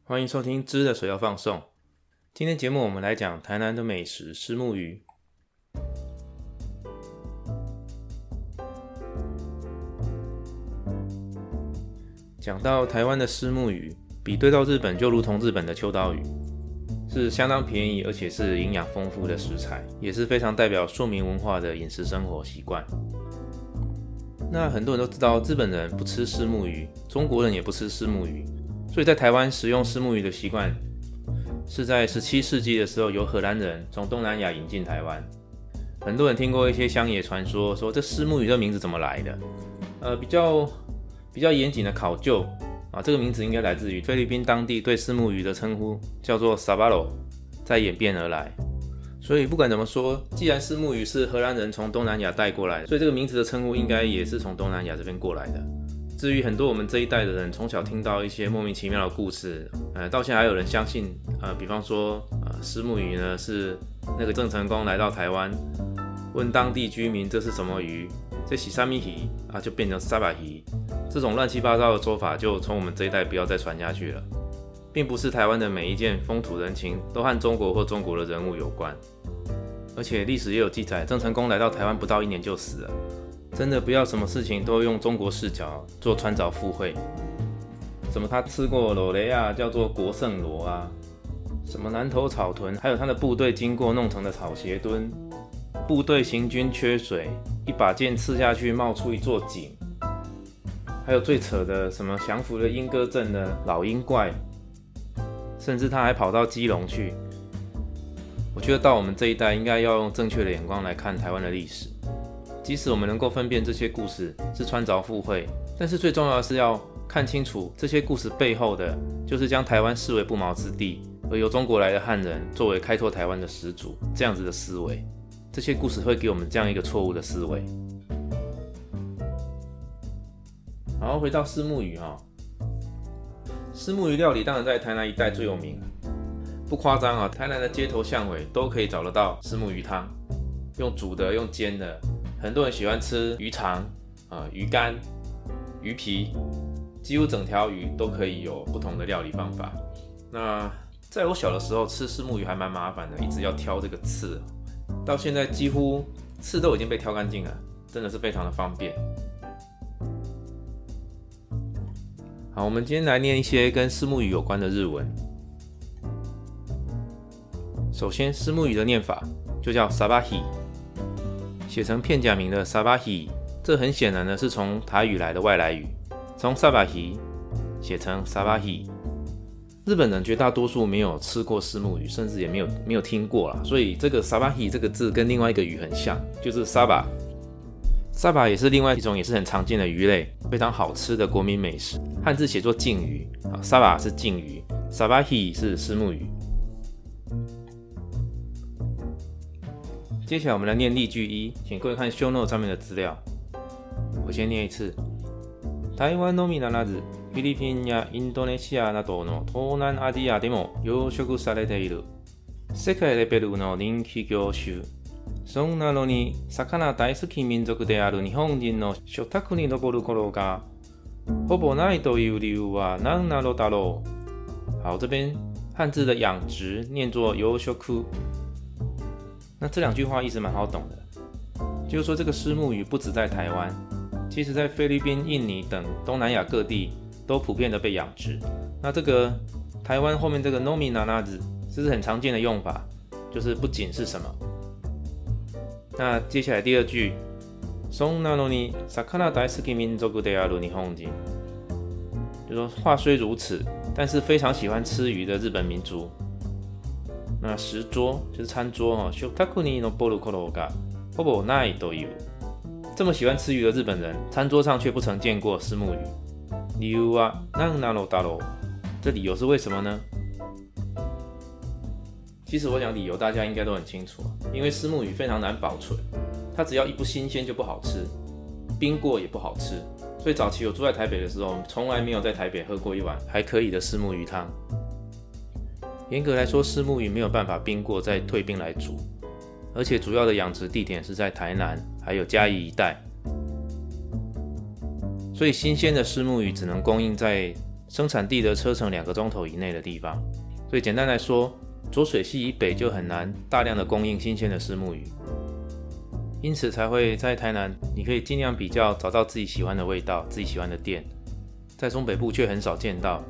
欢迎收听知的水要放送。今天节目我们来讲台南的美食虱目鱼。讲到台湾的虱目鱼，比对到日本就如同日本的秋刀鱼，是相当便宜而且是营养丰富的食材，也是非常代表庶民文化的饮食生活习惯。那很多人都知道日本人不吃虱目鱼，中国人也不吃虱目鱼，所以在台湾食用虱目鱼的习惯是在17世纪的时候由荷兰人从东南亚引进台湾。很多人听过一些乡野传说，说这虱目鱼这名字怎么来的？比较严谨的考究这个名字应该来自于菲律宾当地对虱目鱼的称呼，叫做 Sabalo， 再演变而来。所以不管怎么说，既然虱目鱼是荷兰人从东南亚带过来，所以这个名字的称呼应该也是从东南亚这边过来的。至于很多我们这一代的人从小听到一些莫名其妙的故事，到现在还有人相信，比方说虱目鱼呢是那个郑成功来到台湾，问当地居民这是什么鱼，这是什么鱼就变成沙巴鱼。这种乱七八糟的说法就从我们这一代不要再传下去了。并不是台湾的每一件风土人情都和中国或中国的人物有关，而且历史也有记载，郑成功来到台湾不到1年就死了。真的不要什么事情都用中国视角做穿凿附会，什么他吃过螺雷叫做国盛螺什么南投草屯，还有他的部队经过弄成的草鞋墩，部队行军缺水，一把剑刺下去冒出一座井，还有最扯的什么降服了莺歌镇的老鹰怪，甚至他还跑到基隆去。我觉得到我们这一代应该要用正确的眼光来看台湾的历史，即使我们能够分辨这些故事是穿凿附会，但是最重要的是要看清楚这些故事背后的就是将台湾视为不毛之地，而由中国来的汉人作为开拓台湾的始祖，这样子的思维。这些故事会给我们这样一个错误的思维。好，回到虱目鱼虱目鱼料理当然在台南一带最有名，不夸张台南的街头巷尾都可以找得到虱目鱼汤，用煮的，用煎的，很多人喜欢吃鱼肠鱼干、鱼皮，几乎整条鱼都可以有不同的料理方法。那在我小的时候吃虱目鱼还蛮麻烦的，一直要挑这个刺，到现在几乎刺都已经被挑干净了，真的是非常的方便。好，我们今天来念一些跟虱目鱼有关的日文。首先，虱目鱼的念法就叫 Sabahi， 写成片假名的 Sabahi， 这很显然的是从台语来的外来语，从 Sabahi 写成 Sabahi。日本人绝大多数没有吃过虱目鱼，甚至也没有听过啦，所以这个 Sabahi 这个字跟另外一个鱼很像，就是 Saba。Saba 也是另外一种也是很常见的鱼类，非常好吃的国民美食。汉字写作鲭鱼，Saba 是鲭鱼 ，Sabahi 是虱目鱼。接下来我们来念例句1，请各位看 show note 上面的资料。我先念一次。台湾のみならず、フィリピンやインドネシアなどの東南アジアでも養殖されている世界レベルの人気魚種。そんなのに魚大好き民族である日本人の食卓に上る頃がほぼないという理由は何なのだろう。好，这边汉字的养殖念作養殖。那这两句话意思蛮好懂的，就是说这个虱目鱼不只在台湾，其实在菲律宾、印尼等东南亚各地都普遍的被养殖。那这个台湾后面这个 nomi nanazu 这是很常见的用法，就是不仅是什么。那接下来第二句，そんなのに魚大好き民族である日本人，就说话虽如此，但是非常喜欢吃鱼的日本民族。那食桌就是餐桌食卓に上る頃がほぼないという，这么喜欢吃鱼的日本人，餐桌上却不曾见过虱目鱼。理由は何なのだろう？这理由是为什么呢？其实我讲理由大家应该都很清楚，因为虱目鱼非常难保存，它只要一不新鲜就不好吃，冰过也不好吃，所以早期我住在台北的时候，从来没有在台北喝过一碗还可以的虱目鱼汤。严格来说，虱目鱼没有办法冰过再退冰来煮，而且主要的养殖地点是在台南还有嘉义一带，所以新鲜的虱目鱼只能供应在生产地的车程2个钟头以内的地方。所以简单来说，浊水溪以北就很难大量的供应新鲜的虱目鱼，因此才会在台南，你可以尽量比较找到自己喜欢的味道、自己喜欢的店，在中北部却很少见到。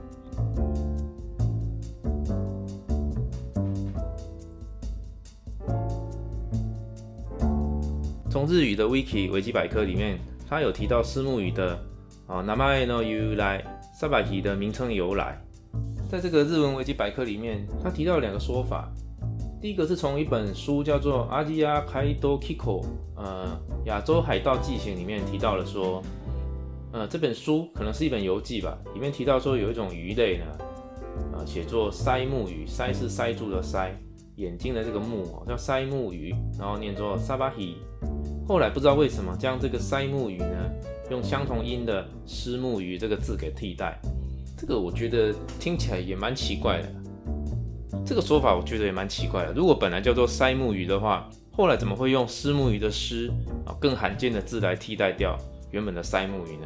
从日语的 Wiki 维基百科里面，它有提到虱目鱼的名前の由来、サバヒ的名称由来。在这个日文维基百科里面，他提到2个说法。第一个是从一本书叫做《アジア海道記行》亚洲海盗纪行里面提到了说，这本书可能是一本游记吧，里面提到说有一种鱼类呢，写作鳃目鱼，鳃是塞住的鳃，眼睛的这个目叫鳃目鱼，然后念作サバヒ。后来不知道为什么将这个鳃目鱼呢，用相同音的虱目鱼这个字给替代。这个我觉得听起来也蛮奇怪的，这个说法我觉得也蛮奇怪的。如果本来叫做鳃目鱼的话，后来怎么会用虱目鱼的虱更罕见的字来替代掉原本的鳃目鱼呢？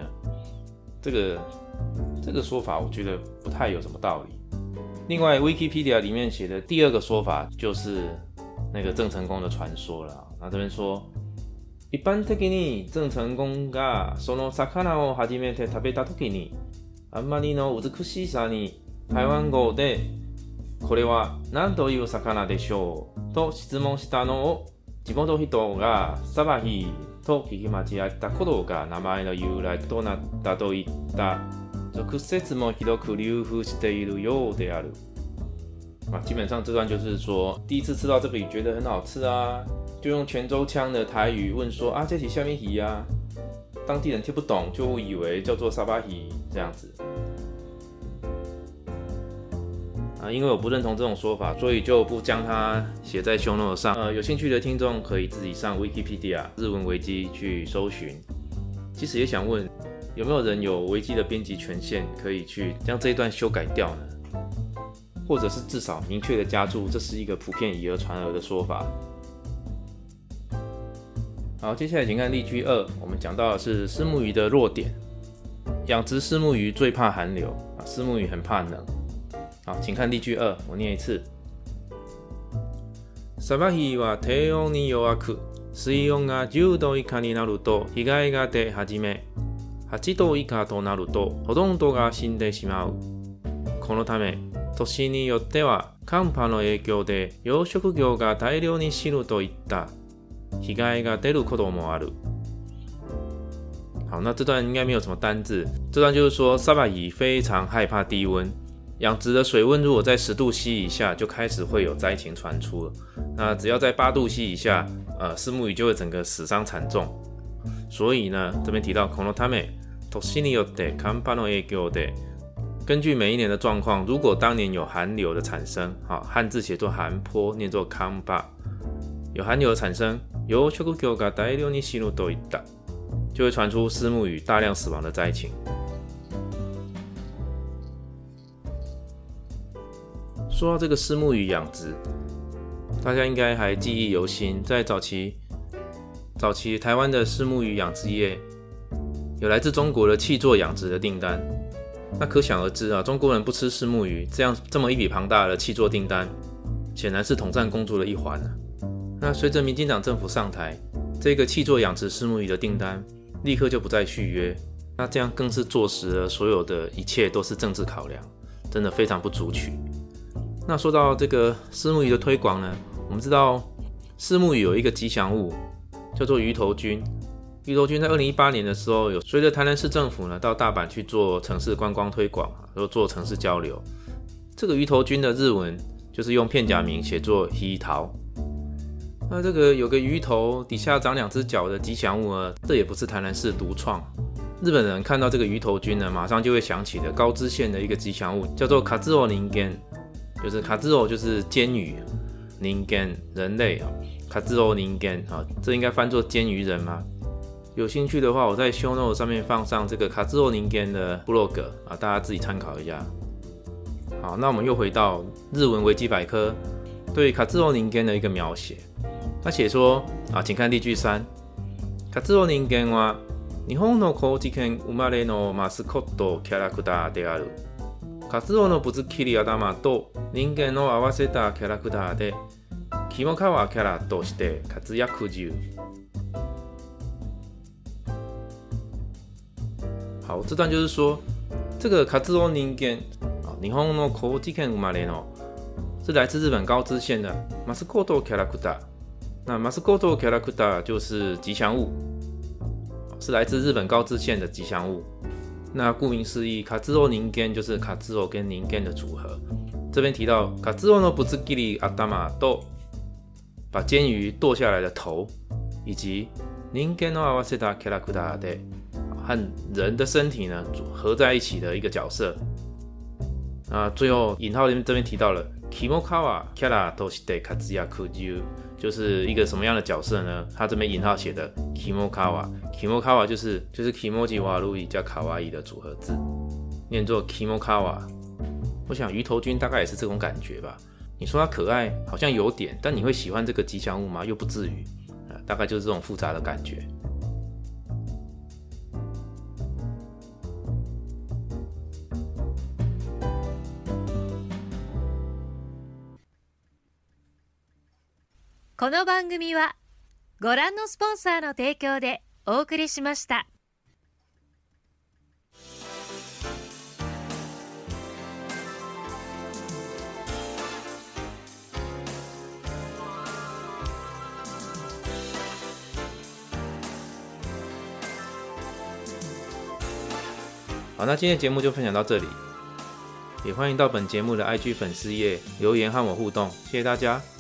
这个说法我觉得不太有什么道理。另外 Wikipedia 里面写的第2个说法就是那个郑成功的传说了。那这边说，一般的に郑成功がその魚を初めて食べた時にあんまりの美しさに台湾語でこれは何という魚でしょうと質問したのを地元人がサバヒと聞き間違ったことが名前の由来となったといった俗説もひどく流布しているようである。基本上这段就是说，第一次吃到这个鱼觉得很好吃啊，就用泉州腔的台语问说这是什么鱼啊？当地人听不懂，就误以为叫做沙巴鱼这样子。因为我不认同这种说法，所以就不将它写在 show note 上。有兴趣的听众可以自己上 Wikipedia 日文维基去搜寻。其实也想问，有没有人有维基的编辑权限，可以去将这一段修改掉呢？或者是至少明确的加注，这是一个普遍以讹传讹的说法。好，接下来请看例句2，我们讲到的是虱目鱼的弱点。养殖虱目鱼最怕寒流，虱目鱼很怕冷。好，请看例句2，我念一次。サバヒは低温に弱く、水温が10度以下になると被害が出始め、8度以下となるとほとんどが死んでしまう。このため、年によっては寒波の影響で養殖業が大量に死ぬといった被害が出ることもある。好，那这段应该没有什么单字，这段就是说サバヒ非常害怕低温，养殖的水温如果在10度 C 以下，就开始会有灾情传出了。那只要在8度 C 以下，虱目鱼就会整个死伤惨重。所以呢，这边提到このため、年によって寒波の影響で，根据每一年的状况，如果当年有寒流的产生，汉字写作寒波，念作寒波，有寒流的产生，養殖業が大量に死ぬといった，就会传出虱目鱼大量死亡的灾情。说到这个虱目鱼养殖，大家应该还记忆犹新。在早期台湾的虱目鱼养殖业有来自中国的契作养殖的订单，那可想而知中国人不吃虱目鱼，这么一笔庞大的契作订单，显然是统战工作的一环。那随着民进党政府上台，这个契作养殖虱目鱼的订单立刻就不再续约，那这样更是坐实了所有的一切都是政治考量，真的非常不足取。那说到这个虱目鱼的推广呢，我们知道虱目鱼有一个吉祥物叫做鱼头菌。鱼头菌在2018年的时候，有随着台南市政府呢到大阪去做城市观光推广，做城市交流。这个鱼头菌的日文就是用片假名写作鱼头。那这个有个鱼头底下长2只脚的吉祥物呢，这也不是台南市独创。日本人看到这个鱼头菌呢，马上就会想起了高知县的一个吉祥物，叫做卡兹欧人間，就是卡兹欧就是煎鱼，人間人类卡兹欧人間这应该翻作煎鱼人吗？有兴趣的话，我在 show note 上面放上这个卡兹欧人間的 blog 大家自己参考一下。好，那我们又回到日文维基百科对卡兹欧人間的一个描写。他写说请看例句3。カツオ人間は日本の高知県生まれのマスコットキャラクターである。 カツオのぶつ切り頭と人間を合わせたキャラクターでキモカワキャラとして活躍中。好，这段就是说，这个カツオ人間日本の高知県生まれの是来自日本高知县的マスコットキャラクター。那マスコットキャラクター就是吉祥物，是来自日本高知县的吉祥物。那顾名思义，カツオ人間就是カツオ跟人間的组合。这边提到カツオのぶつ切り頭と把煎鱼剁下来的头，以及人間の合わせたキャラクターで和人的身体呢合在一起的一个角色。最后引号这边提到了キモカワキャラとして活躍中，就是一个什么样的角色呢？他这边引号写的キモカワ，キモカワ就是キモジワルイ加卡哇伊的组合字，念作キモカワ。我想鱼头君大概也是这种感觉吧。你说他可愛好像有点，但你会喜欢这个吉祥物吗？又不至于，大概就是这种复杂的感觉。 この番組はご覧のスポンサーの提供でお送りしました。 好，那今天的节目就分享到这里，也欢迎到本节目的 IG 粉丝页留言和我互动，谢谢大家。